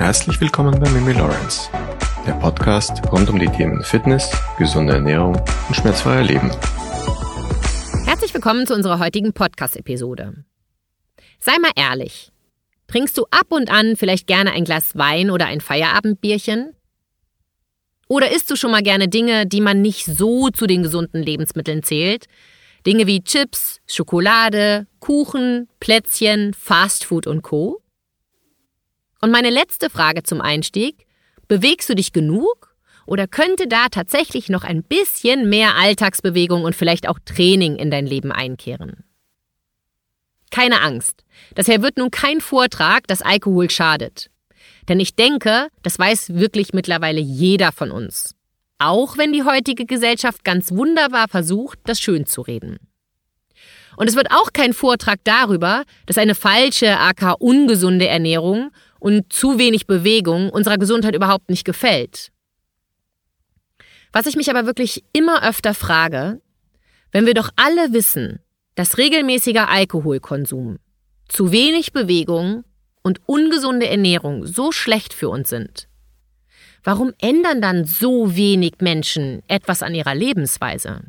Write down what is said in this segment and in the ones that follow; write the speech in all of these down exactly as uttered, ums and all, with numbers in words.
Herzlich willkommen bei Mimi Lawrence, der Podcast rund um die Themen Fitness, gesunde Ernährung und schmerzfreier Leben. Herzlich willkommen zu unserer heutigen Podcast-Episode. Sei mal ehrlich, trinkst du ab und an vielleicht gerne ein Glas Wein oder ein Feierabendbierchen? Oder isst du schon mal gerne Dinge, die man nicht so zu den gesunden Lebensmitteln zählt? Dinge wie Chips, Schokolade, Kuchen, Plätzchen, Fastfood und Co.? Und meine letzte Frage zum Einstieg: Bewegst du dich genug? Oder könnte da tatsächlich noch ein bisschen mehr Alltagsbewegung und vielleicht auch Training in dein Leben einkehren? Keine Angst, das hier wird nun kein Vortrag, dass Alkohol schadet. Denn ich denke, das weiß wirklich mittlerweile jeder von uns. Auch wenn die heutige Gesellschaft ganz wunderbar versucht, das schön zu reden. Und es wird auch kein Vortrag darüber, dass eine falsche, aka ungesunde Ernährung und zu wenig Bewegung unserer Gesundheit überhaupt nicht gefällt. Was ich mich aber wirklich immer öfter frage: Wenn wir doch alle wissen, dass regelmäßiger Alkoholkonsum, zu wenig Bewegung und ungesunde Ernährung so schlecht für uns sind, warum ändern dann so wenig Menschen etwas an ihrer Lebensweise?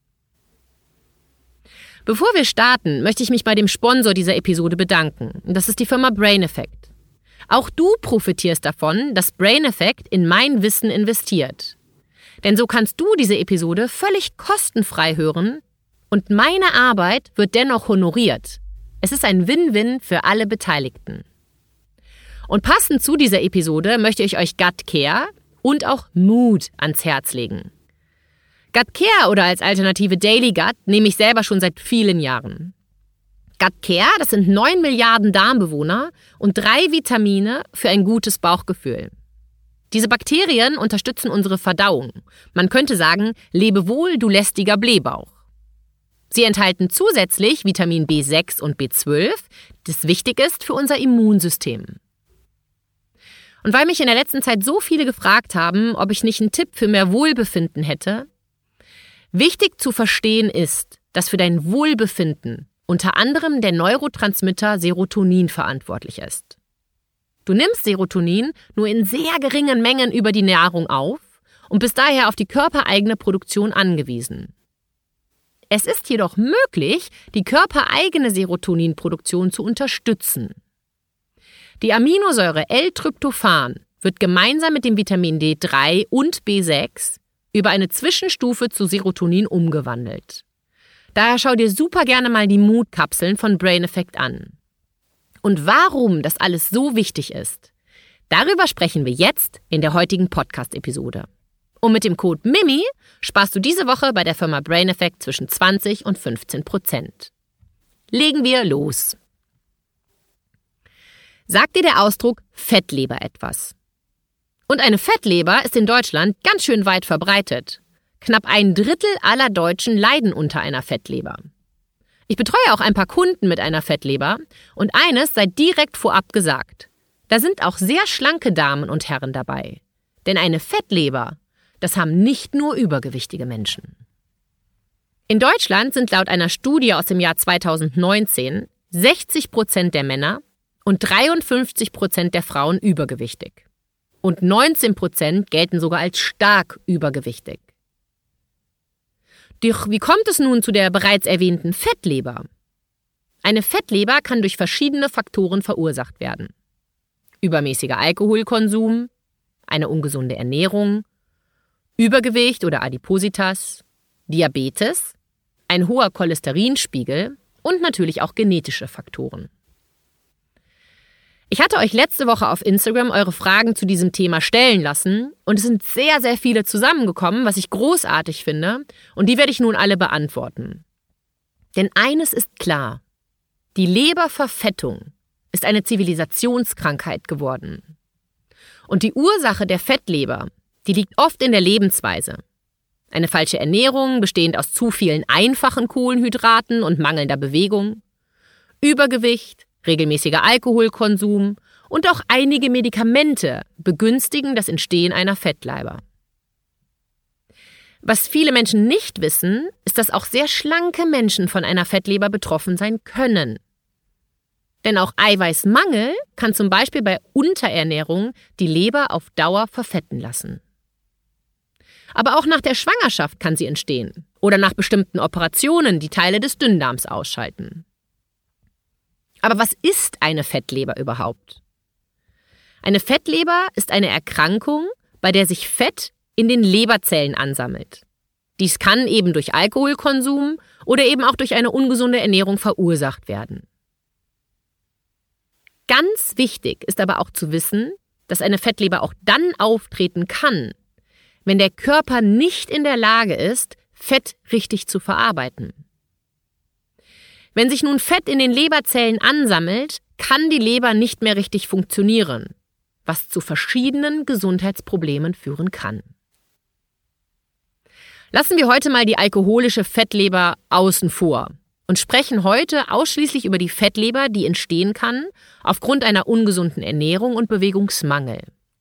Bevor wir starten, möchte ich mich bei dem Sponsor dieser Episode bedanken. Das ist die Firma Brain Effect. Auch du profitierst davon, dass Brain Effect in mein Wissen investiert. Denn so kannst du diese Episode völlig kostenfrei hören und meine Arbeit wird dennoch honoriert. Es ist ein Win-Win für alle Beteiligten. Und passend zu dieser Episode möchte ich euch Gut Care und auch Mood ans Herz legen. Gut Care oder als Alternative Daily Gut nehme ich selber schon seit vielen Jahren. Gut Care, das sind neun Milliarden Darmbewohner und drei Vitamine für ein gutes Bauchgefühl. Diese Bakterien unterstützen unsere Verdauung. Man könnte sagen, lebe wohl, du lästiger Blähbauch. Sie enthalten zusätzlich Vitamin B sechs und B zwölf, das wichtig ist für unser Immunsystem. Und weil mich in der letzten Zeit so viele gefragt haben, ob ich nicht einen Tipp für mehr Wohlbefinden hätte: Wichtig zu verstehen ist, dass für dein Wohlbefinden unter anderem der Neurotransmitter Serotonin verantwortlich ist. Du nimmst Serotonin nur in sehr geringen Mengen über die Nahrung auf und bist daher auf die körpereigene Produktion angewiesen. Es ist jedoch möglich, die körpereigene Serotoninproduktion zu unterstützen. Die Aminosäure L-Tryptophan wird gemeinsam mit dem Vitamin D drei und B sechs über eine Zwischenstufe zu Serotonin umgewandelt. Daher schau dir super gerne mal die Mood-Kapseln von Brain Effect an. Und warum das alles so wichtig ist, darüber sprechen wir jetzt in der heutigen Podcast-Episode. Und mit dem Code MIMI sparst du diese Woche bei der Firma Brain Effect zwischen zwanzig und fünfzehn Prozent. Legen wir los. Sagt dir der Ausdruck Fettleber etwas? Und eine Fettleber ist in Deutschland ganz schön weit verbreitet. Knapp ein Drittel aller Deutschen leiden unter einer Fettleber. Ich betreue auch ein paar Kunden mit einer Fettleber und eines sei direkt vorab gesagt: Da sind auch sehr schlanke Damen und Herren dabei. Denn eine Fettleber, das haben nicht nur übergewichtige Menschen. In Deutschland sind laut einer Studie aus dem Jahr zweitausendneunzehn sechzig Prozent der Männer und dreiundfünfzig Prozent der Frauen übergewichtig. Und neunzehn Prozent gelten sogar als stark übergewichtig. Doch wie kommt es nun zu der bereits erwähnten Fettleber? Eine Fettleber kann durch verschiedene Faktoren verursacht werden. Übermäßiger Alkoholkonsum, eine ungesunde Ernährung, Übergewicht oder Adipositas, Diabetes, ein hoher Cholesterinspiegel und natürlich auch genetische Faktoren. Ich hatte euch letzte Woche auf Instagram eure Fragen zu diesem Thema stellen lassen und es sind sehr, sehr viele zusammengekommen, was ich großartig finde, und die werde ich nun alle beantworten. Denn eines ist klar: Die Leberverfettung ist eine Zivilisationskrankheit geworden. Und die Ursache der Fettleber, die liegt oft in der Lebensweise. Eine falsche Ernährung, bestehend aus zu vielen einfachen Kohlenhydraten und mangelnder Bewegung, Übergewicht, regelmäßiger Alkoholkonsum und auch einige Medikamente begünstigen das Entstehen einer Fettleber. Was viele Menschen nicht wissen, ist, dass auch sehr schlanke Menschen von einer Fettleber betroffen sein können. Denn auch Eiweißmangel kann zum Beispiel bei Unterernährung die Leber auf Dauer verfetten lassen. Aber auch nach der Schwangerschaft kann sie entstehen oder nach bestimmten Operationen, die Teile des Dünndarms ausschalten. Aber was ist eine Fettleber überhaupt? Eine Fettleber ist eine Erkrankung, bei der sich Fett in den Leberzellen ansammelt. Dies kann eben durch Alkoholkonsum oder eben auch durch eine ungesunde Ernährung verursacht werden. Ganz wichtig ist aber auch zu wissen, dass eine Fettleber auch dann auftreten kann, wenn der Körper nicht in der Lage ist, Fett richtig zu verarbeiten. Wenn sich nun Fett in den Leberzellen ansammelt, kann die Leber nicht mehr richtig funktionieren, was zu verschiedenen Gesundheitsproblemen führen kann. Lassen wir heute mal die alkoholische Fettleber außen vor und sprechen heute ausschließlich über die Fettleber, die entstehen kann aufgrund einer ungesunden Ernährung und Bewegungsmangel.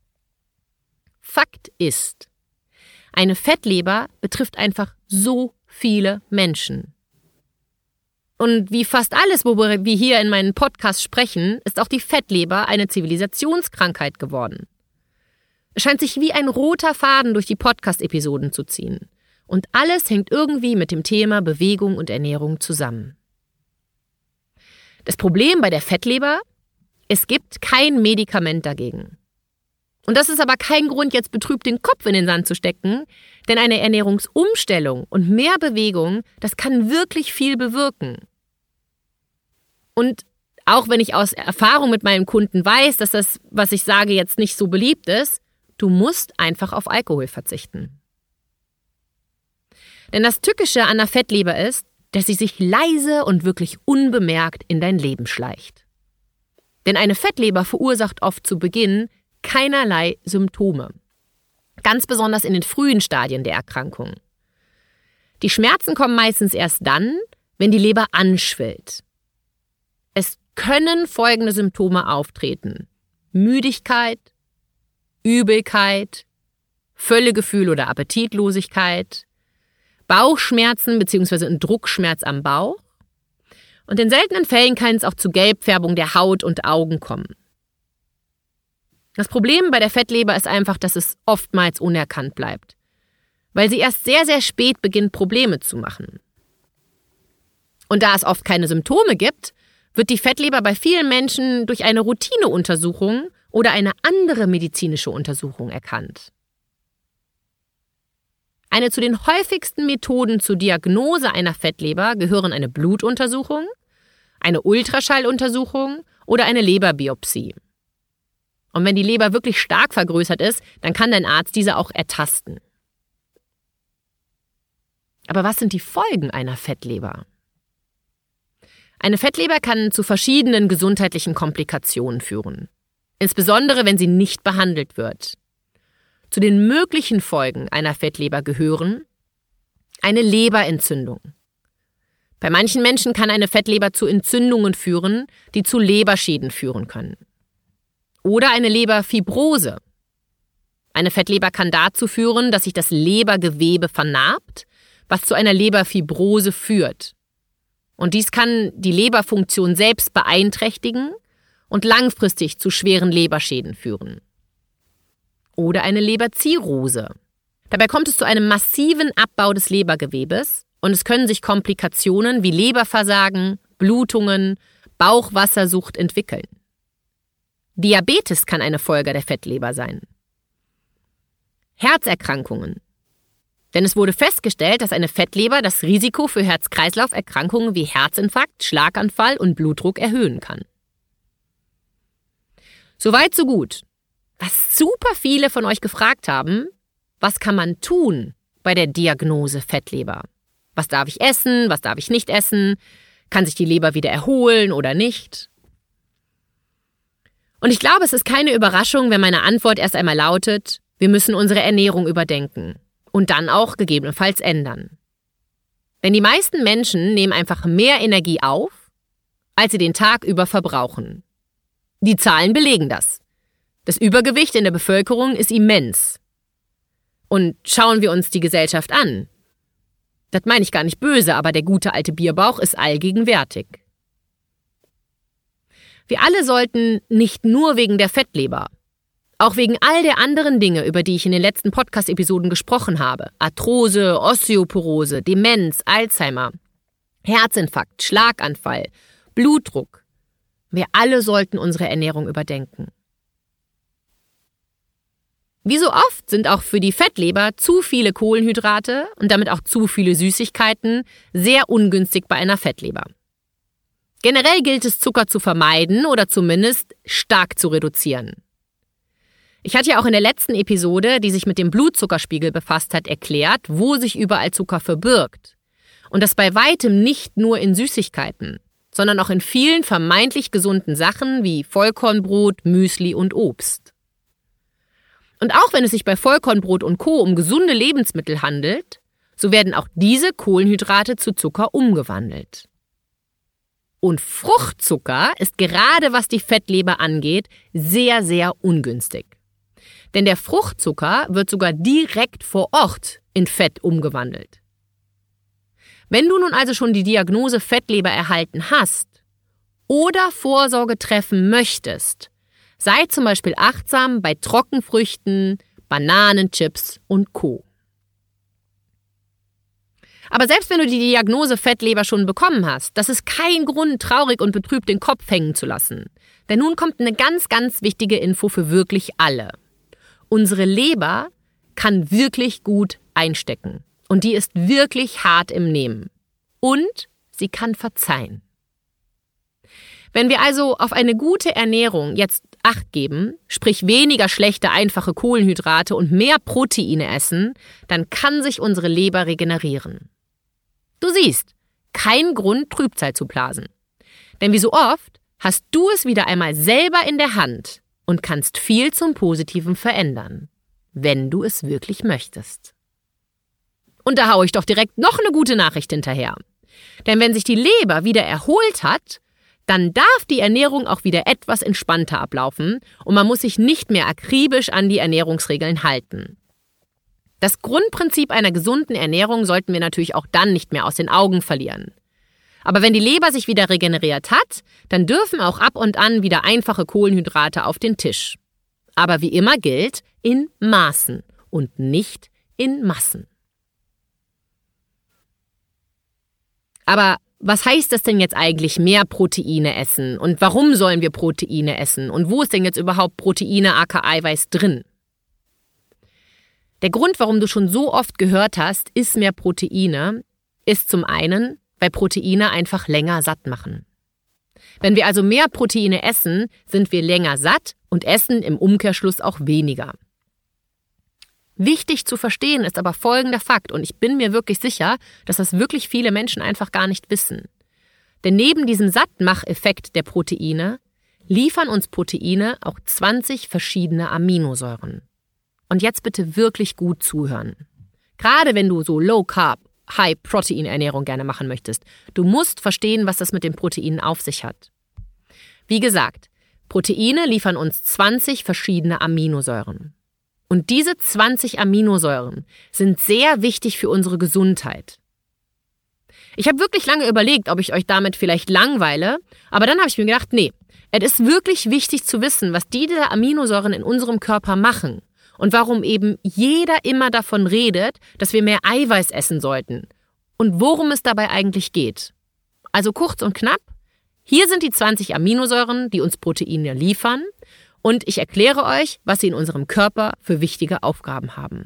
Fakt ist, eine Fettleber betrifft einfach so viele Menschen. Und wie fast alles, worüber wir hier in meinem Podcast sprechen, ist auch die Fettleber eine Zivilisationskrankheit geworden. Es scheint sich wie ein roter Faden durch die Podcast-Episoden zu ziehen. Und alles hängt irgendwie mit dem Thema Bewegung und Ernährung zusammen. Das Problem bei der Fettleber: Es gibt kein Medikament dagegen. Und das ist aber kein Grund, jetzt betrübt den Kopf in den Sand zu stecken, denn eine Ernährungsumstellung und mehr Bewegung, das kann wirklich viel bewirken. Und auch wenn ich aus Erfahrung mit meinen Kunden weiß, dass das, was ich sage, jetzt nicht so beliebt ist, du musst einfach auf Alkohol verzichten. Denn das Tückische an der Fettleber ist, dass sie sich leise und wirklich unbemerkt in dein Leben schleicht. Denn eine Fettleber verursacht oft zu Beginn keinerlei Symptome. Ganz besonders in den frühen Stadien der Erkrankung. Die Schmerzen kommen meistens erst dann, wenn die Leber anschwillt. Es können folgende Symptome auftreten: Müdigkeit, Übelkeit, Völlegefühl oder Appetitlosigkeit, Bauchschmerzen bzw. ein Druckschmerz am Bauch. Und in seltenen Fällen kann es auch zu Gelbfärbung der Haut und Augen kommen. Das Problem bei der Fettleber ist einfach, dass es oftmals unerkannt bleibt, weil sie erst sehr, sehr spät beginnt, Probleme zu machen. Und da es oft keine Symptome gibt, wird die Fettleber bei vielen Menschen durch eine Routineuntersuchung oder eine andere medizinische Untersuchung erkannt. Eine zu den häufigsten Methoden zur Diagnose einer Fettleber gehören eine Blutuntersuchung, eine Ultraschalluntersuchung oder eine Leberbiopsie. Und wenn die Leber wirklich stark vergrößert ist, dann kann dein Arzt diese auch ertasten. Aber was sind die Folgen einer Fettleber? Eine Fettleber kann zu verschiedenen gesundheitlichen Komplikationen führen, insbesondere wenn sie nicht behandelt wird. Zu den möglichen Folgen einer Fettleber gehören eine Leberentzündung. Bei manchen Menschen kann eine Fettleber zu Entzündungen führen, die zu Leberschäden führen können. Oder eine Leberfibrose. Eine Fettleber kann dazu führen, dass sich das Lebergewebe vernarbt, was zu einer Leberfibrose führt. Und dies kann die Leberfunktion selbst beeinträchtigen und langfristig zu schweren Leberschäden führen. Oder eine Leberzirrhose. Dabei kommt es zu einem massiven Abbau des Lebergewebes und es können sich Komplikationen wie Leberversagen, Blutungen, Bauchwassersucht entwickeln. Diabetes kann eine Folge der Fettleber sein. Herzerkrankungen. Denn es wurde festgestellt, dass eine Fettleber das Risiko für Herz-Kreislauf-Erkrankungen wie Herzinfarkt, Schlaganfall und Blutdruck erhöhen kann. Soweit, so gut. Was super viele von euch gefragt haben: Was kann man tun bei der Diagnose Fettleber? Was darf ich essen, was darf ich nicht essen? Kann sich die Leber wieder erholen oder nicht? Und ich glaube, es ist keine Überraschung, wenn meine Antwort erst einmal lautet: Wir müssen unsere Ernährung überdenken und dann auch gegebenenfalls ändern. Denn die meisten Menschen nehmen einfach mehr Energie auf, als sie den Tag über verbrauchen. Die Zahlen belegen das. Das Übergewicht in der Bevölkerung ist immens. Und schauen wir uns die Gesellschaft an. Das meine ich gar nicht böse, aber der gute alte Bierbauch ist allgegenwärtig. Wir alle sollten nicht nur wegen der Fettleber, auch wegen all der anderen Dinge, über die ich in den letzten Podcast-Episoden gesprochen habe, Arthrose, Osteoporose, Demenz, Alzheimer, Herzinfarkt, Schlaganfall, Blutdruck. Wir alle sollten unsere Ernährung überdenken. Wie so oft sind auch für die Fettleber zu viele Kohlenhydrate und damit auch zu viele Süßigkeiten sehr ungünstig bei einer Fettleber. Generell gilt es, Zucker zu vermeiden oder zumindest stark zu reduzieren. Ich hatte ja auch in der letzten Episode, die sich mit dem Blutzuckerspiegel befasst hat, erklärt, wo sich überall Zucker verbirgt. Und das bei weitem nicht nur in Süßigkeiten, sondern auch in vielen vermeintlich gesunden Sachen wie Vollkornbrot, Müsli und Obst. Und auch wenn es sich bei Vollkornbrot und Co. um gesunde Lebensmittel handelt, so werden auch diese Kohlenhydrate zu Zucker umgewandelt. Und Fruchtzucker ist gerade, was die Fettleber angeht, sehr, sehr ungünstig. Denn der Fruchtzucker wird sogar direkt vor Ort in Fett umgewandelt. Wenn du nun also schon die Diagnose Fettleber erhalten hast oder Vorsorge treffen möchtest, sei zum Beispiel achtsam bei Trockenfrüchten, Bananenchips und Co. Aber selbst wenn du die Diagnose Fettleber schon bekommen hast, das ist kein Grund, traurig und betrübt den Kopf hängen zu lassen. Denn nun kommt eine ganz, ganz wichtige Info für wirklich alle. Unsere Leber kann wirklich gut einstecken. Und die ist wirklich hart im Nehmen. Und sie kann verzeihen. Wenn wir also auf eine gute Ernährung jetzt Acht geben, sprich weniger schlechte, einfache Kohlenhydrate und mehr Proteine essen, dann kann sich unsere Leber regenerieren. Du siehst, kein Grund, Trübsal zu blasen. Denn wie so oft hast du es wieder einmal selber in der Hand und kannst viel zum Positiven verändern, wenn du es wirklich möchtest. Und da haue ich doch direkt noch eine gute Nachricht hinterher. Denn wenn sich die Leber wieder erholt hat, dann darf die Ernährung auch wieder etwas entspannter ablaufen und man muss sich nicht mehr akribisch an die Ernährungsregeln halten. Das Grundprinzip einer gesunden Ernährung sollten wir natürlich auch dann nicht mehr aus den Augen verlieren. Aber wenn die Leber sich wieder regeneriert hat, dann dürfen auch ab und an wieder einfache Kohlenhydrate auf den Tisch. Aber wie immer gilt, in Maßen und nicht in Massen. Aber was heißt das denn jetzt eigentlich, mehr Proteine essen? Und warum sollen wir Proteine essen? Und wo ist denn jetzt überhaupt Proteine aka Eiweiß drin? Der Grund, warum du schon so oft gehört hast, iss mehr Proteine, ist zum einen, weil Proteine einfach länger satt machen. Wenn wir also mehr Proteine essen, sind wir länger satt und essen im Umkehrschluss auch weniger. Wichtig zu verstehen ist aber folgender Fakt, und ich bin mir wirklich sicher, dass das wirklich viele Menschen einfach gar nicht wissen. Denn neben diesem Sattmacheffekt der Proteine liefern uns Proteine auch zwanzig verschiedene Aminosäuren. Und jetzt bitte wirklich gut zuhören. Gerade wenn du so Low-Carb, High-Protein-Ernährung gerne machen möchtest, du musst verstehen, was das mit den Proteinen auf sich hat. Wie gesagt, Proteine liefern uns zwanzig verschiedene Aminosäuren. Und diese zwanzig Aminosäuren sind sehr wichtig für unsere Gesundheit. Ich habe wirklich lange überlegt, ob ich euch damit vielleicht langweile, aber dann habe ich mir gedacht, nee, es ist wirklich wichtig zu wissen, was diese Aminosäuren in unserem Körper machen und warum eben jeder immer davon redet, dass wir mehr Eiweiß essen sollten und worum es dabei eigentlich geht. Also kurz und knapp, hier sind die zwanzig Aminosäuren, die uns Proteine liefern. Und ich erkläre euch, was sie in unserem Körper für wichtige Aufgaben haben.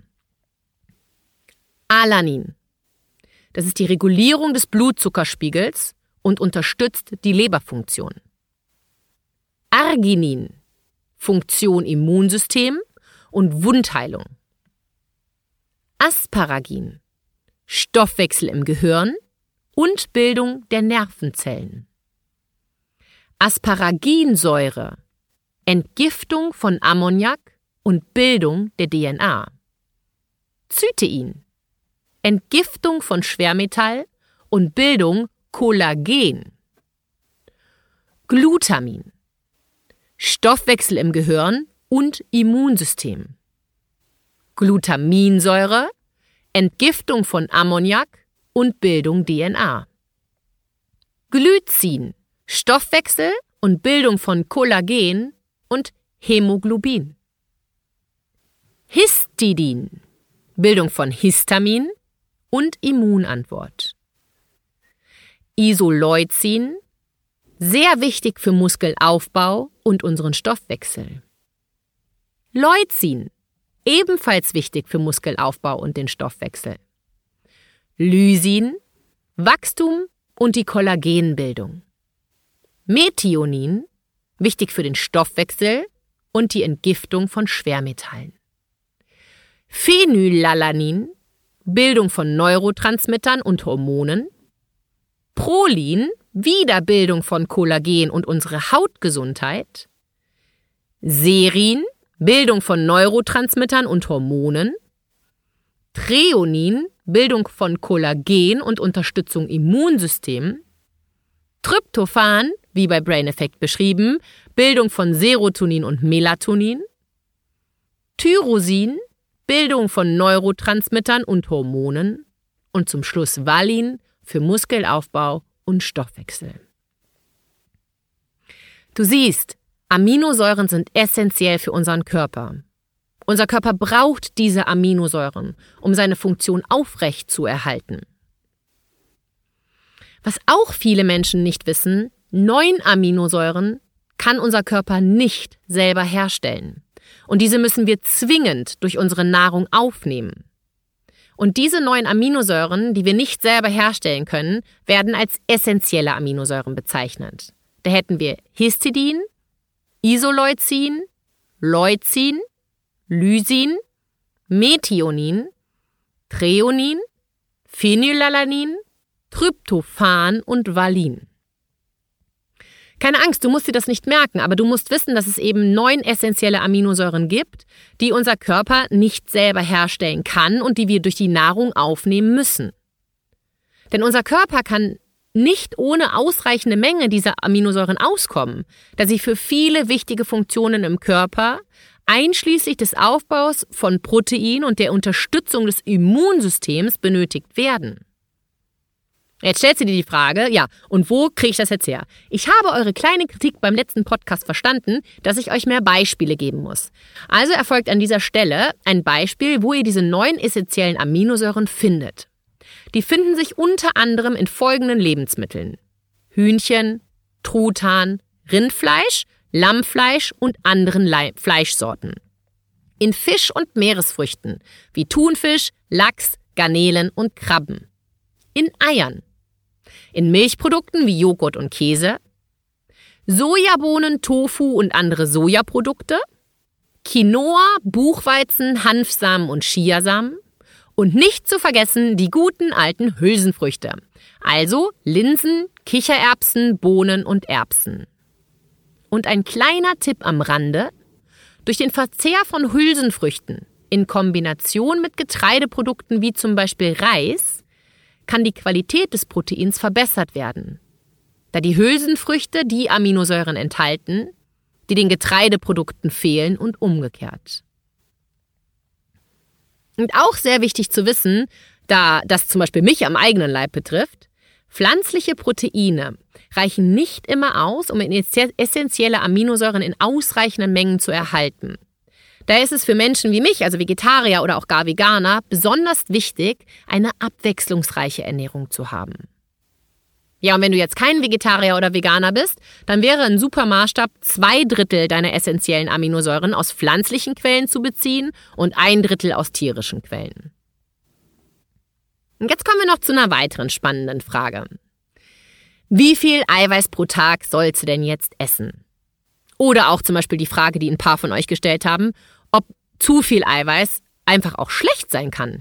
Alanin. Das ist die Regulierung des Blutzuckerspiegels und unterstützt die Leberfunktion. Arginin. Funktion Immunsystem und Wundheilung. Asparagin. Stoffwechsel im Gehirn und Bildung der Nervenzellen. Asparaginsäure. Entgiftung von Ammoniak und Bildung der D N A. Cytein. Entgiftung von Schwermetall und Bildung Kollagen. Glutamin. Stoffwechsel im Gehirn und Immunsystem. Glutaminsäure. Entgiftung von Ammoniak und Bildung D N A. Glycin. Stoffwechsel und Bildung von Kollagen und Hämoglobin. Histidin, Bildung von Histamin und Immunantwort. Isoleucin, sehr wichtig für Muskelaufbau und unseren Stoffwechsel. Leucin, ebenfalls wichtig für Muskelaufbau und den Stoffwechsel. Lysin, Wachstum und die Kollagenbildung. Methionin, wichtig für den Stoffwechsel und die Entgiftung von Schwermetallen. Phenylalanin, Bildung von Neurotransmittern und Hormonen. Prolin, Wiederbildung von Kollagen und unsere Hautgesundheit. Serin, Bildung von Neurotransmittern und Hormonen. Threonin, Bildung von Kollagen und Unterstützung Immunsystem. Tryptophan, wie bei Brain Effect beschrieben, Bildung von Serotonin und Melatonin. Tyrosin, Bildung von Neurotransmittern und Hormonen. Und zum Schluss Valin für Muskelaufbau und Stoffwechsel. Du siehst, Aminosäuren sind essentiell für unseren Körper. Unser Körper braucht diese Aminosäuren, um seine Funktion aufrecht zu erhalten. Was auch viele Menschen nicht wissen, neun Aminosäuren kann unser Körper nicht selber herstellen. Und diese müssen wir zwingend durch unsere Nahrung aufnehmen. Und diese neun Aminosäuren, die wir nicht selber herstellen können, werden als essentielle Aminosäuren bezeichnet. Da hätten wir Histidin, Isoleucin, Leucin, Lysin, Methionin, Threonin, Phenylalanin, Tryptophan und Valin. Keine Angst, du musst dir das nicht merken, aber du musst wissen, dass es eben neun essentielle Aminosäuren gibt, die unser Körper nicht selber herstellen kann und die wir durch die Nahrung aufnehmen müssen. Denn unser Körper kann nicht ohne ausreichende Menge dieser Aminosäuren auskommen, da sie für viele wichtige Funktionen im Körper, einschließlich des Aufbaus von Protein und der Unterstützung des Immunsystems, benötigt werden. Jetzt stellst du dir die Frage, ja, und wo kriege ich das jetzt her? Ich habe eure kleine Kritik beim letzten Podcast verstanden, dass ich euch mehr Beispiele geben muss. Also erfolgt an dieser Stelle ein Beispiel, wo ihr diese neun essentiellen Aminosäuren findet. Die finden sich unter anderem in folgenden Lebensmitteln: Hühnchen, Truthahn, Rindfleisch, Lammfleisch und anderen Le- Fleischsorten. In Fisch- und Meeresfrüchten wie Thunfisch, Lachs, Garnelen und Krabben. In Eiern. In Milchprodukten wie Joghurt und Käse. Sojabohnen, Tofu und andere Sojaprodukte. Quinoa, Buchweizen, Hanfsamen und Chiasamen. Und nicht zu vergessen die guten alten Hülsenfrüchte. Also Linsen, Kichererbsen, Bohnen und Erbsen. Und ein kleiner Tipp am Rande: Durch den Verzehr von Hülsenfrüchten in Kombination mit Getreideprodukten wie zum Beispiel Reis kann die Qualität des Proteins verbessert werden, da die Hülsenfrüchte die Aminosäuren enthalten, die den Getreideprodukten fehlen und umgekehrt. Und auch sehr wichtig zu wissen, da das zum Beispiel mich am eigenen Leib betrifft: Pflanzliche Proteine reichen nicht immer aus, um essentielle Aminosäuren in ausreichenden Mengen zu erhalten. Da ist es für Menschen wie mich, also Vegetarier oder auch gar Veganer, besonders wichtig, eine abwechslungsreiche Ernährung zu haben. Ja, und wenn du jetzt kein Vegetarier oder Veganer bist, dann wäre ein super Maßstab, zwei Drittel deiner essentiellen Aminosäuren aus pflanzlichen Quellen zu beziehen und ein Drittel aus tierischen Quellen. Und jetzt kommen wir noch zu einer weiteren spannenden Frage. Wie viel Eiweiß pro Tag sollst du denn jetzt essen? Oder auch zum Beispiel die Frage, die ein paar von euch gestellt haben, ob zu viel Eiweiß einfach auch schlecht sein kann.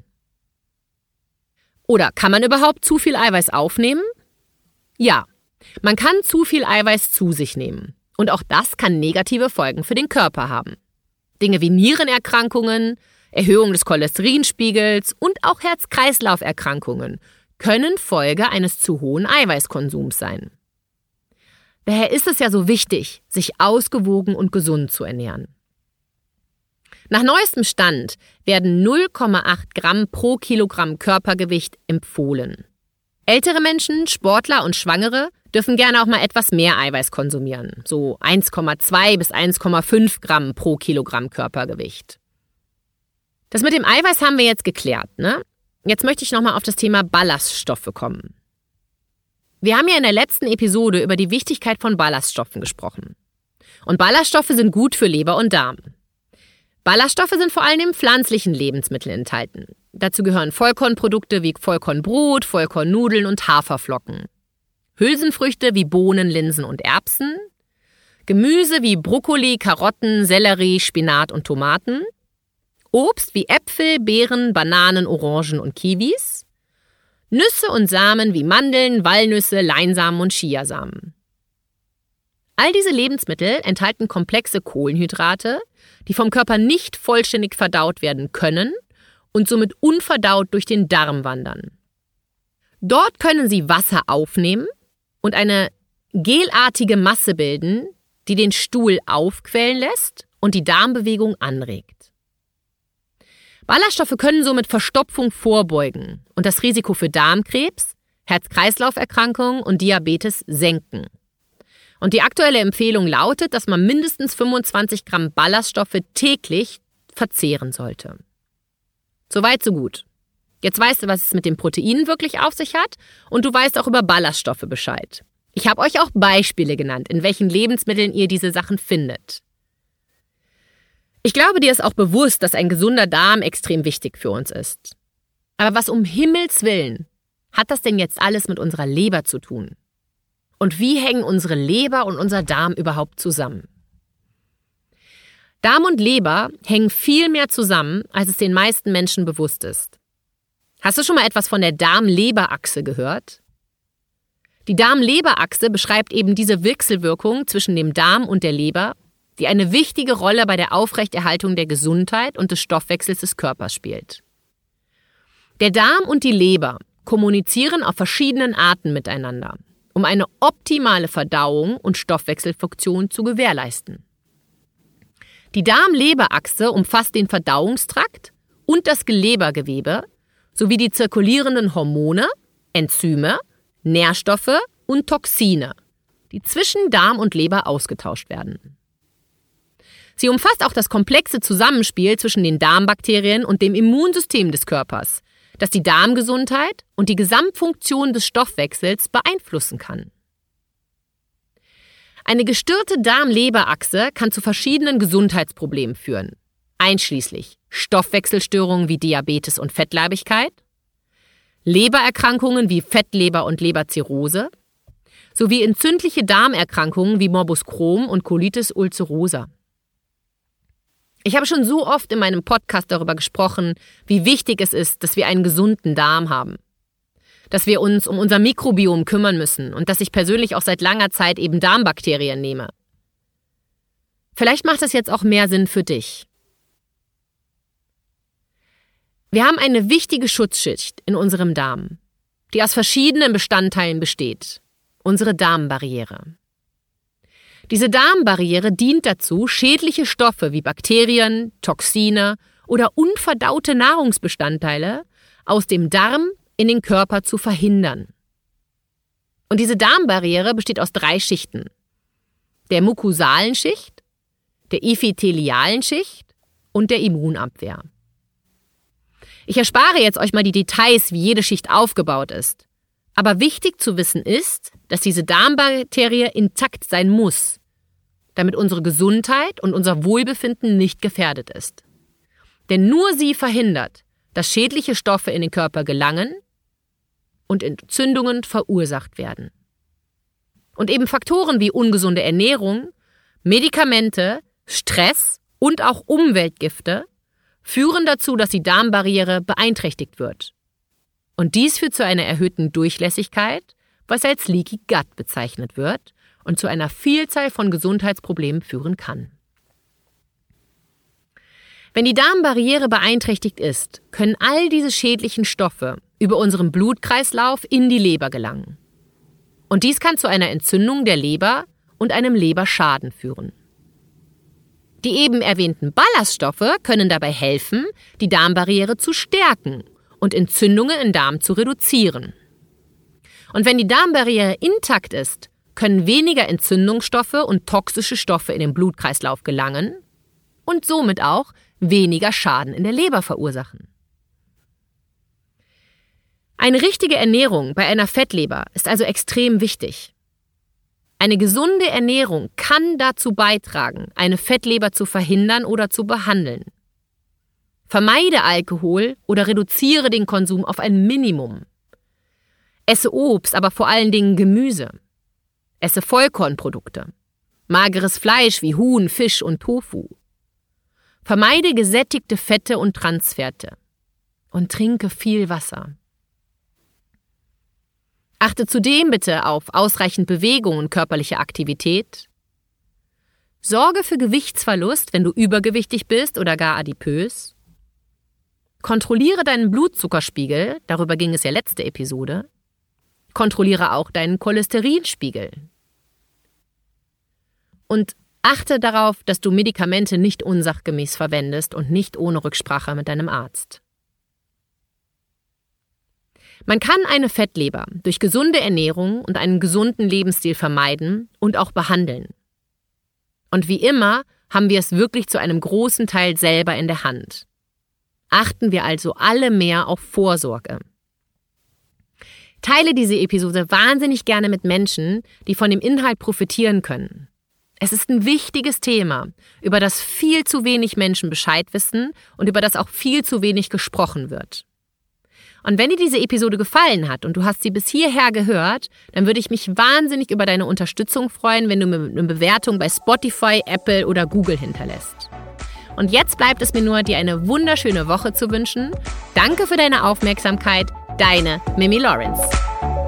Oder kann man überhaupt zu viel Eiweiß aufnehmen? Ja, man kann zu viel Eiweiß zu sich nehmen. Und auch das kann negative Folgen für den Körper haben. Dinge wie Nierenerkrankungen, Erhöhung des Cholesterinspiegels und auch Herz-Kreislauf-Erkrankungen können Folge eines zu hohen Eiweißkonsums sein. Daher ist es ja so wichtig, sich ausgewogen und gesund zu ernähren. Nach neuestem Stand werden null Komma acht Gramm pro Kilogramm Körpergewicht empfohlen. Ältere Menschen, Sportler und Schwangere dürfen gerne auch mal etwas mehr Eiweiß konsumieren, so eins Komma zwei bis eins Komma fünf Gramm pro Kilogramm Körpergewicht. Das mit dem Eiweiß haben wir jetzt geklärt, ne? Jetzt möchte ich nochmal auf das Thema Ballaststoffe kommen. Wir haben ja in der letzten Episode über die Wichtigkeit von Ballaststoffen gesprochen. Und Ballaststoffe sind gut für Leber und Darm. Ballaststoffe sind vor allem in pflanzlichen Lebensmitteln enthalten. Dazu gehören Vollkornprodukte wie Vollkornbrot, Vollkornnudeln und Haferflocken. Hülsenfrüchte wie Bohnen, Linsen und Erbsen. Gemüse wie Brokkoli, Karotten, Sellerie, Spinat und Tomaten. Obst wie Äpfel, Beeren, Bananen, Orangen und Kiwis. Nüsse und Samen wie Mandeln, Walnüsse, Leinsamen und Chiasamen. All diese Lebensmittel enthalten komplexe Kohlenhydrate, die vom Körper nicht vollständig verdaut werden können und somit unverdaut durch den Darm wandern. Dort können sie Wasser aufnehmen und eine gelartige Masse bilden, die den Stuhl aufquellen lässt und die Darmbewegung anregt. Ballaststoffe können somit Verstopfung vorbeugen und das Risiko für Darmkrebs, Herz-Kreislauf-Erkrankungen und Diabetes senken. Und die aktuelle Empfehlung lautet, dass man mindestens fünfundzwanzig Gramm Ballaststoffe täglich verzehren sollte. Soweit, so gut. Jetzt weißt du, was es mit den Proteinen wirklich auf sich hat und du weißt auch über Ballaststoffe Bescheid. Ich habe euch auch Beispiele genannt, in welchen Lebensmitteln ihr diese Sachen findet. Ich glaube, dir ist auch bewusst, dass ein gesunder Darm extrem wichtig für uns ist. Aber was um Himmels Willen hat das denn jetzt alles mit unserer Leber zu tun? Und wie hängen unsere Leber und unser Darm überhaupt zusammen? Darm und Leber hängen viel mehr zusammen, als es den meisten Menschen bewusst ist. Hast du schon mal etwas von der Darm-Leber-Achse gehört? Die Darm-Leber-Achse beschreibt eben diese Wechselwirkung zwischen dem Darm und der Leber, die eine wichtige Rolle bei der Aufrechterhaltung der Gesundheit und des Stoffwechsels des Körpers spielt. Der Darm und die Leber kommunizieren auf verschiedenen Arten miteinander, um eine optimale Verdauung und Stoffwechselfunktion zu gewährleisten. Die Darm-Leber-Achse umfasst den Verdauungstrakt und das Lebergewebe sowie die zirkulierenden Hormone, Enzyme, Nährstoffe und Toxine, die zwischen Darm und Leber ausgetauscht werden. Sie umfasst auch das komplexe Zusammenspiel zwischen den Darmbakterien und dem Immunsystem des Körpers, das die Darmgesundheit und die Gesamtfunktion des Stoffwechsels beeinflussen kann. Eine gestörte Darm-Leber-Achse kann zu verschiedenen Gesundheitsproblemen führen, einschließlich Stoffwechselstörungen wie Diabetes und Fettleibigkeit, Lebererkrankungen wie Fettleber und Leberzirrhose, sowie entzündliche Darmerkrankungen wie Morbus Crohn und Colitis ulcerosa. Ich habe schon so oft in meinem Podcast darüber gesprochen, wie wichtig es ist, dass wir einen gesunden Darm haben. Dass wir uns um unser Mikrobiom kümmern müssen und dass ich persönlich auch seit langer Zeit eben Darmbakterien nehme. Vielleicht macht es jetzt auch mehr Sinn für dich. Wir haben eine wichtige Schutzschicht in unserem Darm, die aus verschiedenen Bestandteilen besteht. Unsere Darmbarriere. Diese Darmbarriere dient dazu, schädliche Stoffe wie Bakterien, Toxine oder unverdaute Nahrungsbestandteile aus dem Darm in den Körper zu verhindern. Und diese Darmbarriere besteht aus drei Schichten: der mukosalen Schicht, der epithelialen Schicht und der Immunabwehr. Ich erspare jetzt euch mal die Details, wie jede Schicht aufgebaut ist. Aber wichtig zu wissen ist, dass diese Darmbakterie intakt sein muss, damit unsere Gesundheit und unser Wohlbefinden nicht gefährdet ist. Denn nur sie verhindert, dass schädliche Stoffe in den Körper gelangen und Entzündungen verursacht werden. Und eben Faktoren wie ungesunde Ernährung, Medikamente, Stress und auch Umweltgifte führen dazu, dass die Darmbarriere beeinträchtigt wird. Und dies führt zu einer erhöhten Durchlässigkeit, was als Leaky Gut bezeichnet wird und zu einer Vielzahl von Gesundheitsproblemen führen kann. Wenn die Darmbarriere beeinträchtigt ist, können all diese schädlichen Stoffe über unseren Blutkreislauf in die Leber gelangen. Und dies kann zu einer Entzündung der Leber und einem Leberschaden führen. Die eben erwähnten Ballaststoffe können dabei helfen, die Darmbarriere zu stärken und Entzündungen im Darm zu reduzieren. Und wenn die Darmbarriere intakt ist, können weniger Entzündungsstoffe und toxische Stoffe in den Blutkreislauf gelangen und somit auch weniger Schaden in der Leber verursachen. Eine richtige Ernährung bei einer Fettleber ist also extrem wichtig. Eine gesunde Ernährung kann dazu beitragen, eine Fettleber zu verhindern oder zu behandeln. Vermeide Alkohol oder reduziere den Konsum auf ein Minimum. Esse Obst, aber vor allen Dingen Gemüse. Esse Vollkornprodukte. Mageres Fleisch wie Huhn, Fisch und Tofu. Vermeide gesättigte Fette und Transfette. Und trinke viel Wasser. Achte zudem bitte auf ausreichend Bewegung und körperliche Aktivität. Sorge für Gewichtsverlust, wenn du übergewichtig bist oder gar adipös. Kontrolliere deinen Blutzuckerspiegel, darüber ging es ja letzte Episode. Kontrolliere auch deinen Cholesterinspiegel. Und achte darauf, dass du Medikamente nicht unsachgemäß verwendest und nicht ohne Rücksprache mit deinem Arzt. Man kann eine Fettleber durch gesunde Ernährung und einen gesunden Lebensstil vermeiden und auch behandeln. Und wie immer haben wir es wirklich zu einem großen Teil selber in der Hand. Achten wir also alle mehr auf Vorsorge. Teile diese Episode wahnsinnig gerne mit Menschen, die von dem Inhalt profitieren können. Es ist ein wichtiges Thema, über das viel zu wenig Menschen Bescheid wissen und über das auch viel zu wenig gesprochen wird. Und wenn dir diese Episode gefallen hat und du hast sie bis hierher gehört, dann würde ich mich wahnsinnig über deine Unterstützung freuen, wenn du mir eine Bewertung bei Spotify, Apple oder Google hinterlässt. Und jetzt bleibt es mir nur, dir eine wunderschöne Woche zu wünschen. Danke für deine Aufmerksamkeit, deine Mimi Lawrence.